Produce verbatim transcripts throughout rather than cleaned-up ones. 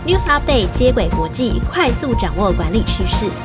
News Update 接轨国际，快速掌握管理趋势。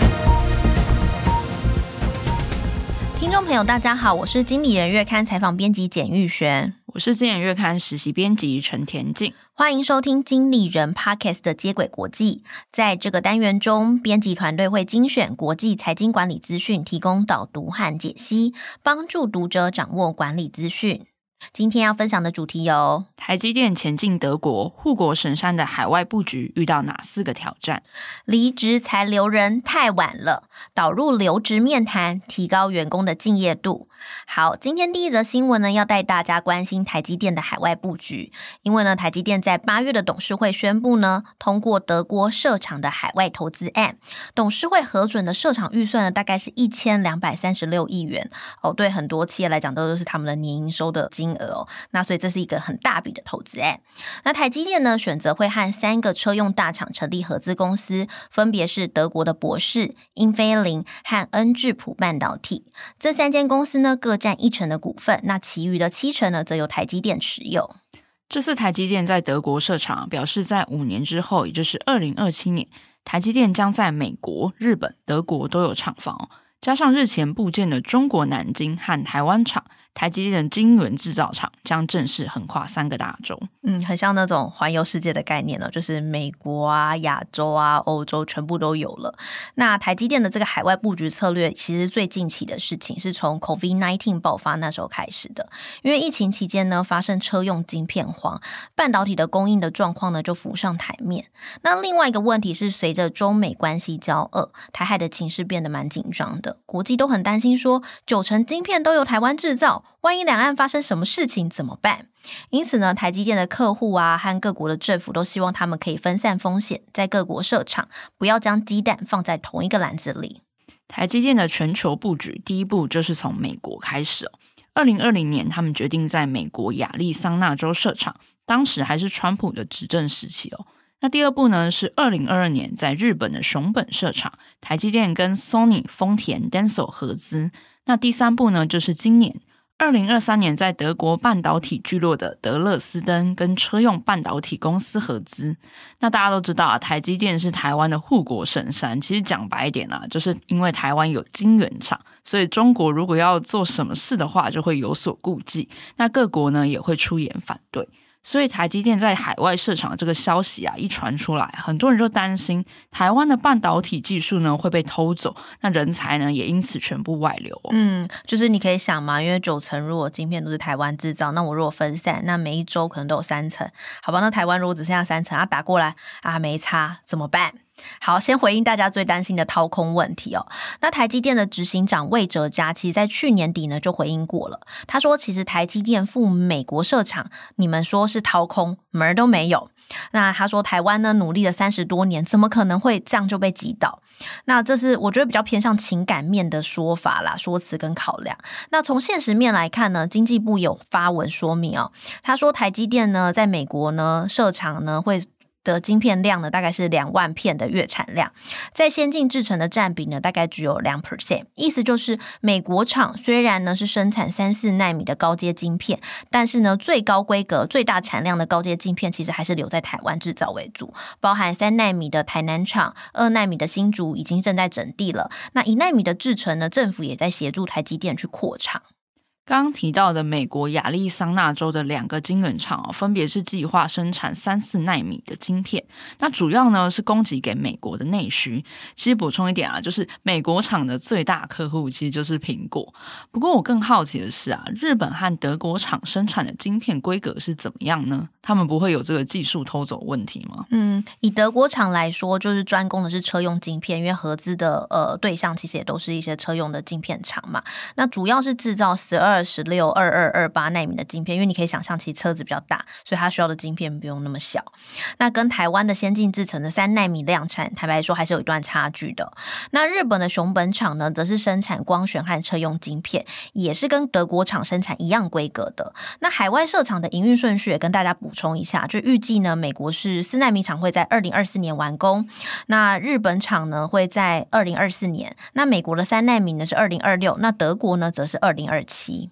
听众朋友大家好，我是经理人月刊采访编辑简玉璇， 我是经理人月刊实习编辑陈田静， 欢迎收听经理人 Podcast 的接轨国际。在这个单元中，编辑团队会精选国际财经管理资讯，提供导读和解析，帮助读者掌握管理资讯。今天要分享的主题有台积电前进德国，护国神山的海外布局遇到哪四个挑战？ 离职才留人太晚了，导入留职面谈，提高员工的敬业度。好，今天第一则新闻呢，要带大家关心台积电的海外布局。因为呢，台积电在八月的董事会宣布呢，通过德国设厂的海外投资案，董事会核准的设厂预算呢，大概是一千两百三十六亿元。哦，对很多企业来讲，都是他们的年营收的金额哦。那所以这是一个很大笔的投资案。那台积电呢，选择会和三个车用大厂成立合资公司，分别是德国的博世、英飞凌和恩智浦半导体。这三间公司呢，各占一成的股份，那其余的七成呢，则由台积电持有。 这次台积电在德国设厂，表示在五年之后，也就是二零二七年，台积电将在美国、日本、德国都有厂房，加上日前布建的中国南京和台湾厂，台积电的晶圆制造厂将正式横跨三个大洲。 嗯，很像那种环游世界的概念了，就是美国啊、亚洲啊、欧洲全部都有了。那台积电的这个海外布局策略，其实最近期的事情是从 COVID 十九 爆发那时候开始的。因为疫情期间呢，发生车用晶片荒，半导体的供应的状况呢就浮上台面。那另外一个问题是，随着中美关系交恶，台海的情势变得蛮紧张的，国际都很担心说，九成晶片都由台湾制造，万一两岸发生什么事情怎么办？因此呢，台积电的客户啊和各国的政府都希望他们可以分散风险，在各国设厂，不要将鸡蛋放在同一个篮子里。 台积电的全球布局第一步就是从美国开始哦。二零二零年他们决定在美国亚利桑那州设厂，当时还是川普的执政时期哦。那第二步呢，是二零二二年在日本的熊本设厂，台积电跟 Sony、丰田、Denso 合资。那第三步呢，就是今年二零二三年在德国半导体聚落的德勒斯登跟车用半导体公司合资。那大家都知道啊，台积电是台湾的护国神山，其实讲白一点啊，就是因为台湾有晶圆厂，所以中国如果要做什么事的话就会有所顾忌，那各国呢也会出言反对。所以台积电在海外设厂的这个消息啊一传出来，很多人就担心台湾的半导体技术呢会被偷走，那人才呢也因此全部外流哦。 嗯，就是你可以想嘛，因为九成如果晶片都是台湾制造，那我如果分散，那每一周可能都有三成，好吧，那台湾如果只剩下三成，啊打过来啊没差怎么办？好，先回应大家最担心的掏空问题哦。那台积电的执行长魏哲嘉，其实在去年底呢就回应过了。他说，其实台积电赴美国设厂，你们说是掏空，门儿都没有。那他说，台湾呢努力了三十多年，怎么可能会这样就被击倒？那这是我觉得比较偏向情感面的说法啦，说辞跟考量。那从现实面来看呢，经济部有发文说明哦。他说，台积电呢在美国呢设厂呢会的晶片量呢，大概是两万片的月产量，在先进制程的占比呢，大概只有 百分之二， 意思就是美国厂虽然呢是生产三四奈米的高阶晶片，但是呢最高规格、最大产量的高阶晶片其实还是留在台湾制造为主，包含三奈米的台南厂、二奈米的新竹已经正在整地了，那一奈米的制程呢，政府也在协助台积电去扩厂。 刚刚提到的美国亚利桑那州的两个晶圆厂、哦、分别是计划生产三四奈米的晶片，那主要呢是供给给美国的内需。其实补充一点啊，就是美国厂的最大客户其实就是苹果。不过我更好奇的是啊，日本和德国厂生产的晶片规格是怎么样呢？他们不会有这个技术偷走问题吗？ 嗯，以德国厂来说，就是专攻的是车用晶片，因为合资的呃对象其实也都是一些车用的晶片厂嘛。那主要是制造十二、十六、二二、二八奈米的晶片，因为你可以想象，其实车子比较大，所以它需要的晶片不用那么小。那跟台湾的先进制程的三奈米量产，坦白说还是有一段差距的。那日本的熊本厂呢，则是生产光学和车用晶片，也是跟德国厂生产一样规格的。那海外设厂的营运顺序也跟大家补充一下，就预计呢，美国是四奈米厂会在二零二四年完工，那日本厂呢会在二零二四年，那美国的三奈米呢是二零二六，那德国呢则是二零二七。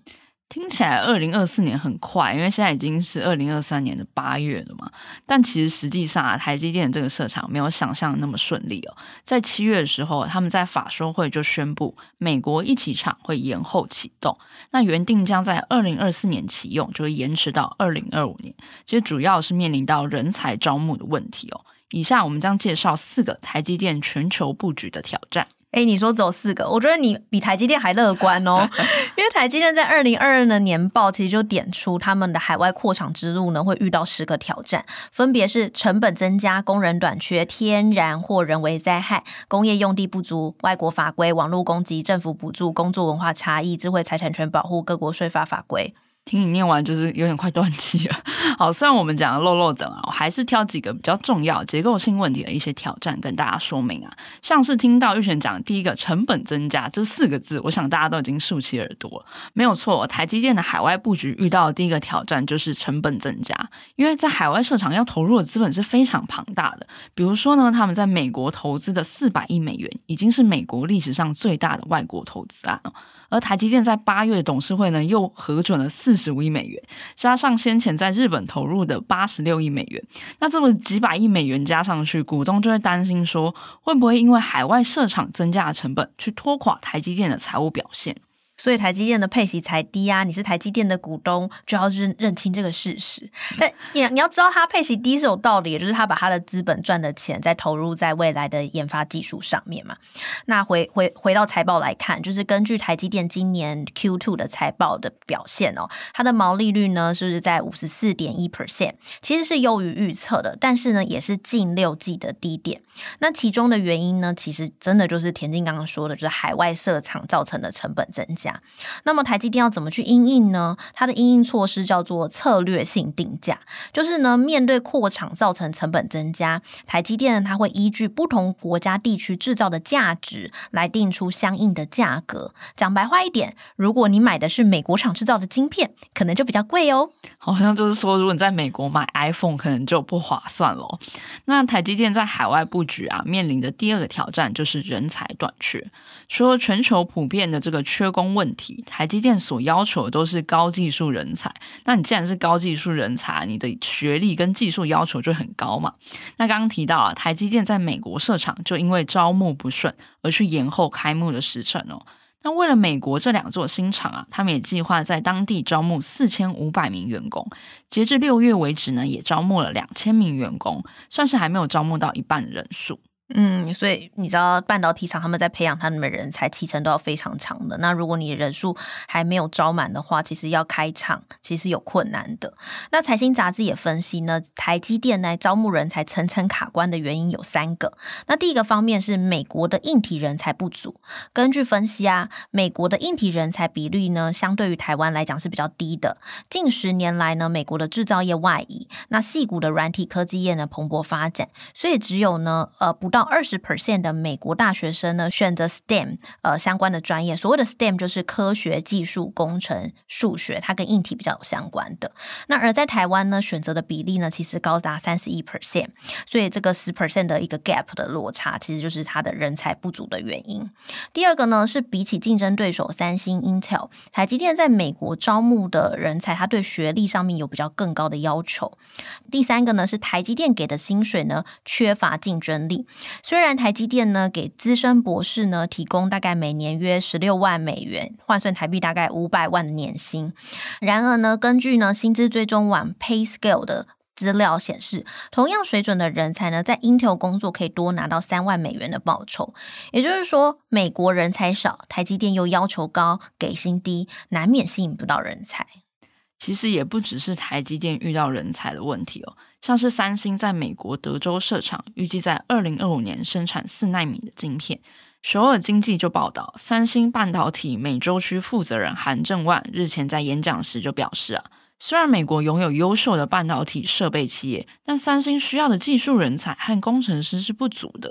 听起来二零二四年很快，因为现在已经是二零二三年的八月了嘛。但其实实际上啊，台积电这个设厂没有想象那么顺利哦。在七月的时候，他们在法说会就宣布，美国一期厂会延后启动，那原定将在二零二四年启用，就会延迟到二零二五年。其实主要是面临到人才招募的问题哦。以下我们将介绍四个台积电全球布局的挑战。 哎，你说走四个，我觉得你比台积电还乐观哦。因为台积电在二零二二的年报其实就点出他们的海外扩厂之路呢会遇到十个挑战，分别是成本增加、工人短缺、天然或人为灾害、工业用地不足、外国法规、网络攻击、政府补助、工作文化差异、智慧财产权保护、各国税法法规。 听你念完就是有点快断气了。好，虽然我们讲的漏漏等啊，我还是挑几个比较重要结构性问题的一些挑战跟大家说明啊。像是听到玉璇讲第一个成本增加这四个字，我想大家都已经竖起耳朵了。没有错，台积电的海外布局遇到的第一个挑战就是成本增加，因为在海外设厂要投入的资本是非常庞大的。比如说呢，他们在美国投资的四百亿美元，已经是美国历史上最大的外国投资案了。而台积电在八月董事会呢又核准了四十五亿美元，加上先前在日本投入的八十六亿美元，那这么几百亿美元加上去，股东就会担心说，会不会因为海外设厂增加的成本去拖垮台积电的财务表现。 所以台积电的配息才低啊，你是台积电的股东就要认认清这个事实。但你你要知道，它配息低是有道理的，就是他把他的资本赚的钱再投入在未来的研发技术上面嘛。那回回回到财报来看，就是根据台积电今年 Q 二 的财报的表现哦，它的毛利率呢是在 百分之五十四点一， 其实是优于预测的，但是呢也是近六季的低点。那其中的原因呢，其实真的就是田径刚刚说的，就是海外设厂造成的成本增加。那么台积电要怎么去因应呢？它的因应措施叫做策略性定价，就是呢面对扩厂造成成本增加，台积电它会依据不同国家地区制造的价值来定出相应的价格。讲白话一点，如果你买的是美国厂制造的晶片，可能就比较贵哦。 好像就是说，如果你在美国买 iPhone 可能就不划算咯。那台积电在海外布局啊，面临的第二个挑战就是人才短缺。除了全球普遍的这个缺工问题，台积电所要求的都是高技术人才。那你既然是高技术人才，你的学历跟技术要求就很高嘛。那刚刚提到啊，台积电在美国设厂就因为招募不顺而去延后开幕的时程哦。那为了美国这两座新厂啊，他们也计划在当地招募四千五百名员工，截至六月为止呢，也招募了两千名员工，算是还没有招募到一半的人数。 嗯，所以你知道半导体厂他们在培养他们的人才期程都要非常长的，那如果你人数还没有招满的话，其实要开厂其实有困难的。那财新杂志也分析呢，台积电来招募人才层层卡关的原因有三个。那第一个方面是美国的硬体人才不足，根据分析啊，美国的硬体人才比率呢相对于台湾来讲是比较低的。近十年来呢，美国的制造业外移，那矽谷的软体科技业呢蓬勃发展，所以只有呢呃不到 百分之二十 的美国大学生呢选择 S T E M 呃相关的专业。所谓的 S T E M 就是科学、技术、工程、数学，它跟硬体比较有相关的。那而在台湾呢，选择的比例呢其实高达 百分之三十一， 所以这个 百分之十 的一个 gap 的落差，其实就是它的人才不足的原因。第二个呢是比起竞争对手三星、Intel， 台积电在美国招募的人才，它对学历上面有比较更高的要求。第三个呢是台积电给的薪水呢缺乏竞争力。虽然台积电呢给资深博士呢提供大概每年约十六万美元，换算台币大概五百万的年薪，然而呢根据呢薪资追踪网 PayScale 的资料显示，同样水准的人才呢在 Intel 工作可以多拿到三万美元的报酬。也就是说，美国人才少，台积电又要求高，给薪低，难免吸引不到人才。 其实也不只是台积电遇到人才的问题哦，像是三星在美国德州设厂，预计在二零二五年生产四奈米的晶片。首尔经济就报道，三星半导体美洲区负责人韩正万日前在演讲时就表示啊，虽然美国拥有优秀的半导体设备企业，但三星需要的技术人才和工程师是不足的。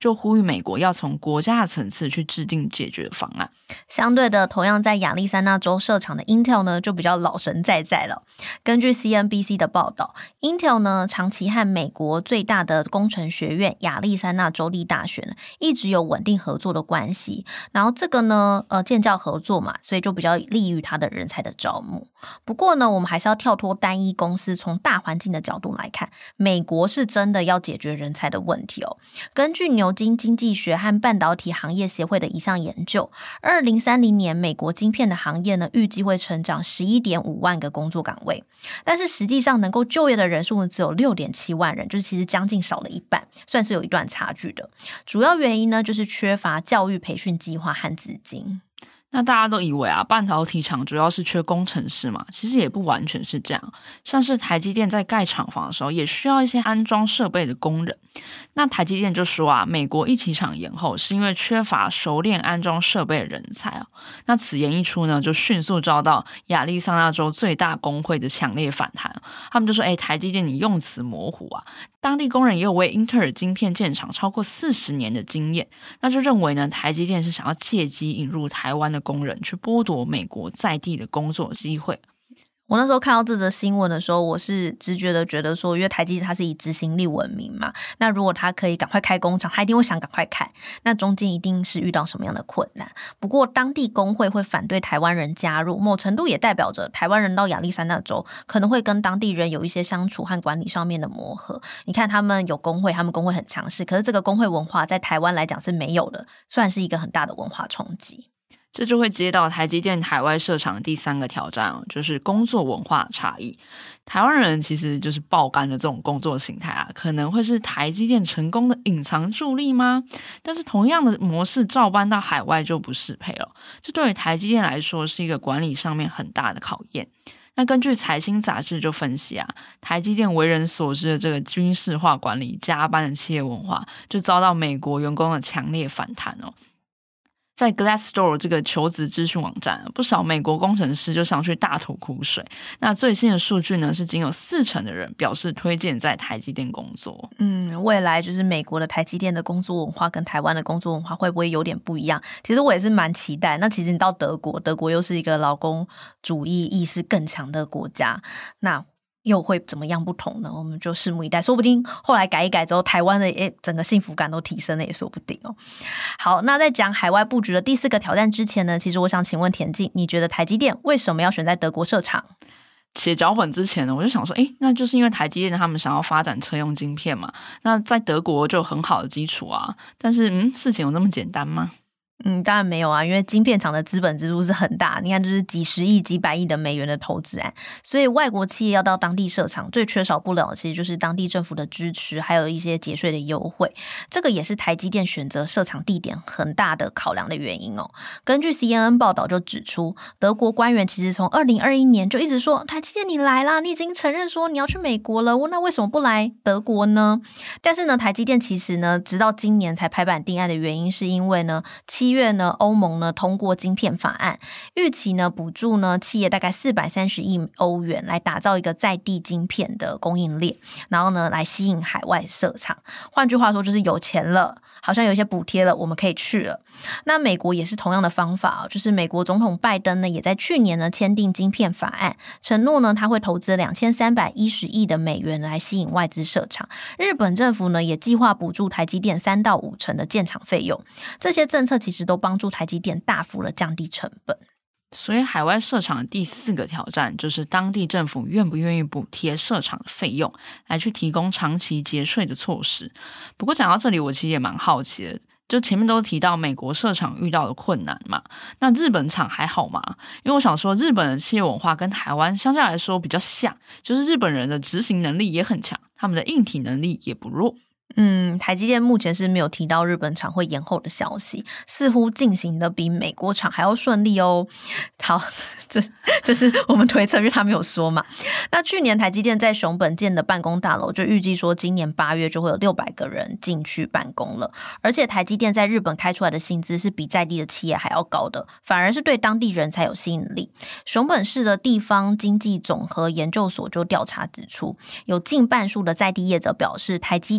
就呼吁美国要从国家的层次去制定解决方案。 相对的，同样在亚利桑那州设厂的 Intel 呢，就比较老神在在了。根据 C N B C 的报道， Intel 呢长期和美国最大的工程学院亚利桑那州立大学呢一直有稳定合作的关系，然后这个呢呃建教合作嘛，所以就比较利于他的人才的招募。不过呢，我们还是要跳脱单一公司，从大环境的角度来看，美国是真的要解决人才的问题哦。根据牛津经济学和半导体行业协会的一项研究，二零三零年美国晶片的行业呢预计会成长 十一点五万个工作岗位，但是实际上能够就业的人数呢只有 六点七万人，就是其实将近少了一半，算是有一段差距的。主要原因呢就是缺乏教育培训计划和资金。 那大家都以为啊，半导体厂主要是缺工程师嘛，其实也不完全是这样。像是台积电在盖厂房的时候，也需要一些安装设备的工人。那台积电就说啊，美国一期厂延后是因为缺乏熟练安装设备的人才啊。那此言一出呢，就迅速遭到亚利桑那州最大工会的强烈反弹。他们就说，哎，台积电你用词模糊啊。当地工人也有为英特尔晶片建厂超过四十年的经验，那就认为呢，台积电是想要借机引入台湾的工人，去剥夺美国在地的工作机会。 我那时候看到这则新闻的时候，我是直觉的觉得说，因为台积电它是以执行力闻名嘛，那如果它可以赶快开工厂，它一定会想赶快开，那中间一定是遇到什么样的困难。不过当地工会会反对台湾人加入，某程度也代表着台湾人到亚利桑那州可能会跟当地人有一些相处和管理上面的磨合。你看他们有工会，他们工会很强势，可是这个工会文化在台湾来讲是没有的，算是一个很大的文化冲击。 这就会接到台积电海外设厂第三个挑战哦，就是工作文化差异。台湾人其实就是爆肝的这种工作形态啊，可能会是台积电成功的隐藏助力吗？但是同样的模式照搬到海外就不适配了，这对于台积电来说是一个管理上面很大的考验。那根据财新杂志就分析啊，台积电为人所知的这个军事化管理、加班的企业文化，就遭到美国员工的强烈反弹哦。在 Glassdoor 这个求职资讯网站，不少美国工程师就上去大吐苦水。那最新的数据呢，是仅有四成的人表示推荐在台积电工作。 嗯，未来就是美国的台积电的工作文化跟台湾的工作文化会不会有点不一样？其实我也是蛮期待。那其实你到德国，德国又是一个劳工主义意识更强的国家，那又会怎么样不同呢？我们就拭目以待，说不定后来改一改之后，台湾的诶整个幸福感都提升了也说不定哦。好，那在讲海外布局的第四个挑战之前呢，其实我想请问田径，你觉得台积电为什么要选在德国设厂？ 写脚本之前呢，我就想说，诶，那就是因为台积电他们想要发展车用晶片嘛，那在德国就有很好的基础啊。但是，嗯，事情有那么简单吗？ 嗯，当然没有啊，因为晶片厂的资本支出是很大，你看就是几十亿、几百亿的美元的投资案，所以外国企业要到当地设厂，最缺少不了的其实就是当地政府的支持，还有一些节税的优惠。这个也是台积电选择设厂地点很大的考量的原因哦。根据 C N N 报道就指出，德国官员其实从二零二一年就一直说，台积电你来啦，你已经承认说你要去美国了，那为什么不来德国呢？但是呢，台积电其实呢，直到今年才拍板定案的原因，是因为呢，七月呢，欧盟呢通过晶片法案，预期呢补助呢企业大概四百三十亿欧元，来打造一个在地晶片的供应链，然后呢来吸引海外设厂。换句话说，就是有钱了，好像有一些补贴了，我们可以去了。那美国也是同样的方法，就是美国总统拜登呢也在去年呢签订晶片法案，承诺呢他会投资两千三百一十亿的美元来吸引外资设厂。日本政府呢也计划补助台积电三到五成的建厂费用。这些政策其实都帮助台积电大幅的降低成本。 所以海外设厂的第四个挑战就是当地政府愿不愿意补贴设厂的费用，来去提供长期节税的措施。不过讲到这里，我其实也蛮好奇的，就前面都提到美国设厂遇到的困难嘛，那日本厂还好吗？因为我想说日本的企业文化跟台湾相较来说比较像，就是日本人的执行能力也很强，他们的硬体能力也不弱。 嗯，台积电目前是没有提到日本厂会延后的消息，似乎进行的比美国厂还要顺利哦。好，这这是我们推测，因为他没有说嘛。那去年台积电在熊本建的办公大楼，就预计说今年八月就会有六百个人进去办公了。而且台积电在日本开出来的薪资是比在地的企业还要高的，反而是对当地人才有吸引力。熊本市的地方经济总和研究所就调查指出，有近半数的在地业者表示，台积电的设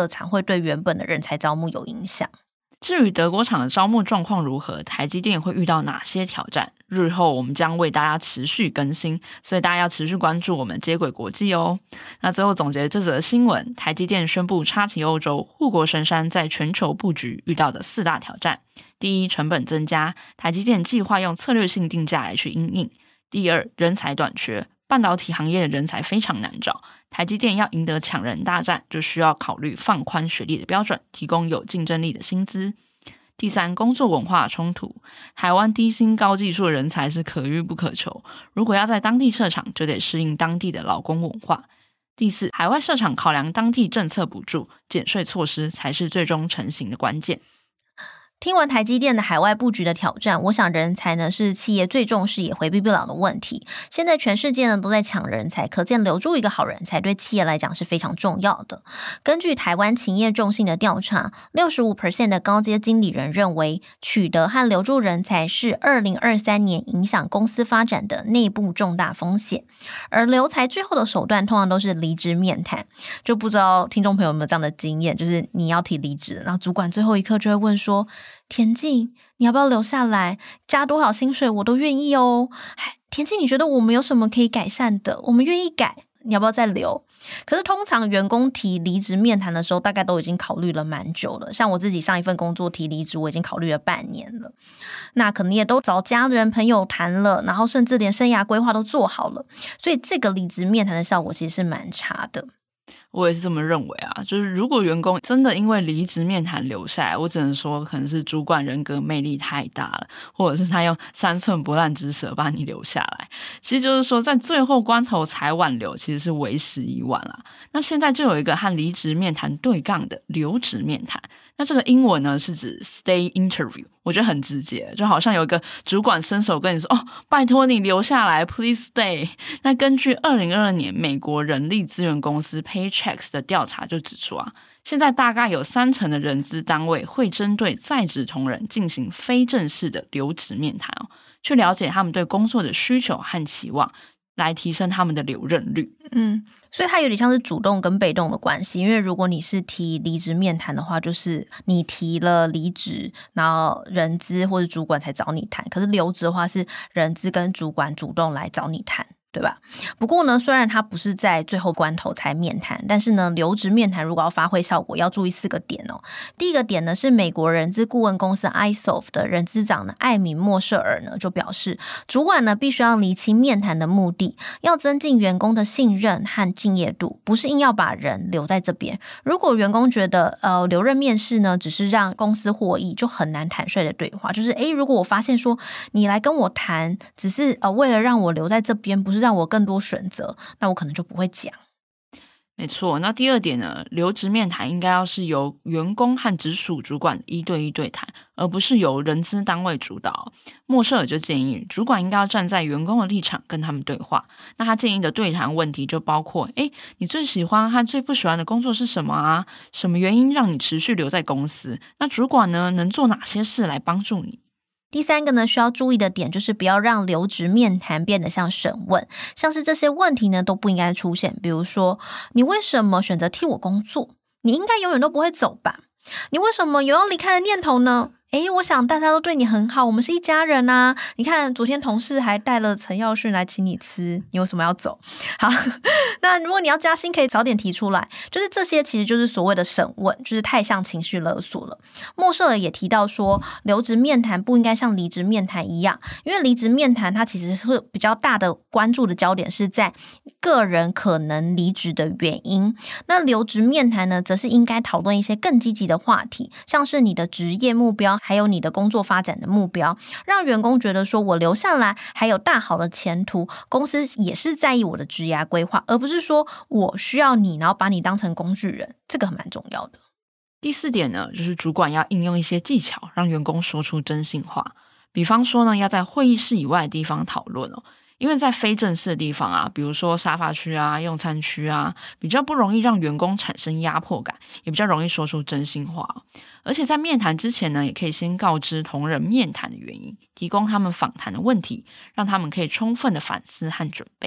设厂会对原本的人才招募有影响。 至于德国厂的招募状况如何，台积电会遇到哪些挑战，日后我们将为大家持续更新，所以大家要持续关注我们接轨国际哦。那最后总结这则新闻，台积电宣布插旗欧洲，护国神山在全球布局遇到的四大挑战。第一，成本增加，台积电计划用策略性定价来去因应。第二，人才短缺，半导体行业的人才非常难找，台积电要赢得抢人大战，就需要考虑放宽学历的标准，提供有竞争力的薪资。第三，工作文化冲突，台湾低薪高技术的人才是可遇不可求，如果要在当地设厂，就得适应当地的劳工文化。第四，海外设厂考量当地政策补助、减税措施才是最终成型的关键。 听完台积电的海外布局的挑战，我想人才呢是企业最重视也回避不了的问题。现在全世界呢都在抢人才，可见留住一个好人才对企业来讲是非常重要的。根据台湾勤业众信的调查 ，百分之六十五 的高阶经理人认为，取得和留住人才是二零二三年影响公司发展的内部重大风险。而留才最后的手段通常都是离职面谈，就不知道听众朋友有没有这样的经验，就是你要提离职，然后主管最后一刻就会问说，田径，你要不要留下来？加多少薪水我都愿意哦。田径，你觉得我们有什么可以改善的？我们愿意改，你要不要再留？可是通常员工提离职面谈的时候，大概都已经考虑了蛮久了。像我自己上一份工作提离职，我已经考虑了半年了。那可能也都找家人朋友谈了，然后甚至连生涯规划都做好了。所以这个离职面谈的效果其实是蛮差的。 我也是这么认为啊，就是如果员工真的因为离职面谈留下来，我只能说可能是主管人格魅力太大了，或者是他用三寸不烂之舌把你留下来。其实就是说在最后关头才挽留，其实是为时已晚啦。那现在就有一个和离职面谈对杠的留职面谈，那这个英文呢是指 stay interview， 我觉得很直接，就好像有一个主管伸手跟你说，哦，拜托你留下来 please stay。 那根据二零二二年美国人力资源公司 Paychex 的调查就指出啊，现在大概有三成的人资单位会针对在职同仁进行非正式的留职面谈哦，去了解他们对工作的需求和期望，来提升他们的留任率。 嗯，所以它有点像是主动跟被动的关系，因为如果你是提离职面谈的话，就是你提了离职，然后人资或者主管才找你谈，可是留职的话是人资跟主管主动来找你谈，对吧？不过呢，虽然它不是在最后关头才面谈，但是呢，留职面谈如果要发挥效果，要注意四个点哦。第一个点呢，是美国人资顾问公司 I S O F 的人资长呢艾米莫舍尔呢就表示，主管呢必须要厘清面谈的目的，要增进员工的信任和敬业度，不是硬要把人留在这边。如果员工觉得呃留任面试呢只是让公司获益，就很难坦率的对话。就是诶，如果我发现说你来跟我谈，只是呃为了让我留在这边，不是让我更多选择，那我可能就不会讲。 没错，那第二点呢，留职面谈应该要是由员工和直属主管一对一对谈，而不是由人资单位主导。莫舍尔就建议主管应该要站在员工的立场跟他们对话。那他建议的对谈问题就包括，诶，你最喜欢和最不喜欢的工作是什么啊？什么原因让你持续留在公司？那主管呢，能做哪些事来帮助你？ 第三个呢，需要注意的点就是不要让留职面谈变得像审问，像是这些问题呢都不应该出现。比如说，你为什么选择替我工作？你应该永远都不会走吧？你为什么有要离开的念头呢？诶，我想大家都对你很好，我们是一家人啊。你看昨天同事还带了陈耀迅来请你吃，你为什么要走？好，那如果你要加薪可以早点提出来。就是这些其实就是所谓的审问，就是太像情绪勒索了。莫舍尔也提到说，留职面谈不应该像离职面谈一样，因为离职面谈它其实是比较大的关注的焦点是在个人可能离职的原因。那留职面谈呢，则是应该讨论一些更积极的话题，像是你的职业目标，还有你的工作发展的目标，让员工觉得说我留下来还有大好的前途，公司也是在意我的职涯规划，而不是说我需要你，然后把你当成工具人，这个很蛮重要的。 第四点呢，就是主管要应用一些技巧，让员工说出真心话。比方说呢，要在会议室以外的地方讨论哦。因为在非正式的地方啊，比如说沙发区啊、用餐区啊，比较不容易让员工产生压迫感，也比较容易说出真心话。而且在面谈之前呢，也可以先告知同仁面谈的原因，提供他们访谈的问题，让他们可以充分的反思和准备。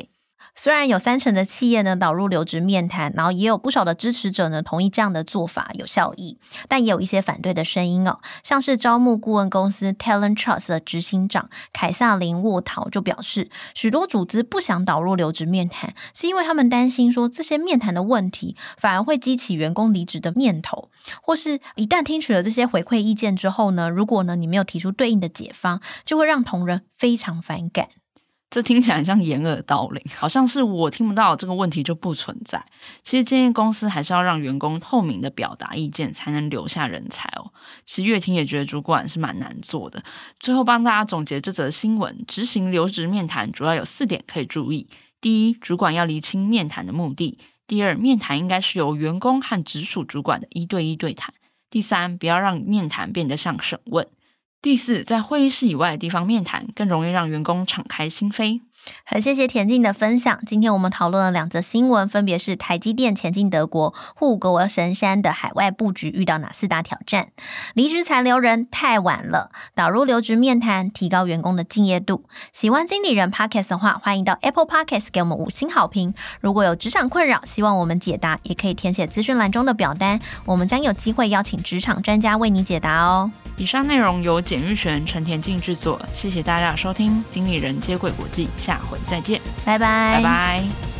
虽然有三成的企业呢导入留职面谈，然后也有不少的支持者呢同意这样的做法有效益，但也有一些反对的声音哦。像是招募顾问公司 Talent Trust 的执行长凯撒琳沃陶就表示，许多组织不想导入留职面谈，是因为他们担心说这些面谈的问题反而会激起员工离职的念头，或是一旦听取了这些回馈意见之后呢，如果呢你没有提出对应的解方，就会让同仁非常反感。 这听起来很像掩耳盗铃，好像是我听不到这个问题就不存在。其实建议公司还是要让员工透明的表达意见，才能留下人才哦。其实越听也觉得主管是蛮难做的。最后帮大家总结这则新闻，执行留职面谈主要有四点可以注意。第一，主管要厘清面谈的目的。第二，面谈应该是由员工和直属主管的一对一对谈。第三，不要让面谈变得像审问。第四，在会议室以外的地方面谈，更容易让员工敞开心扉。 很谢谢田径的分享。今天我们讨论了两则新闻，分别是台积电前进德国、护国神山的海外布局遇到哪四大挑战？离职才留人太晚了，导入留职面谈，提高员工的敬业度。喜欢经理人 Podcast 的话，欢迎到 Apple Podcast 给我们五星好评。如果有职场困扰，希望我们解答，也可以填写资讯栏中的表单，我们将有机会邀请职场专家为你解答哦。 以上内容由简玉璇、陈田径制作，谢谢大家的收听，经理人接轨国际，下回再见， 拜拜， 拜拜。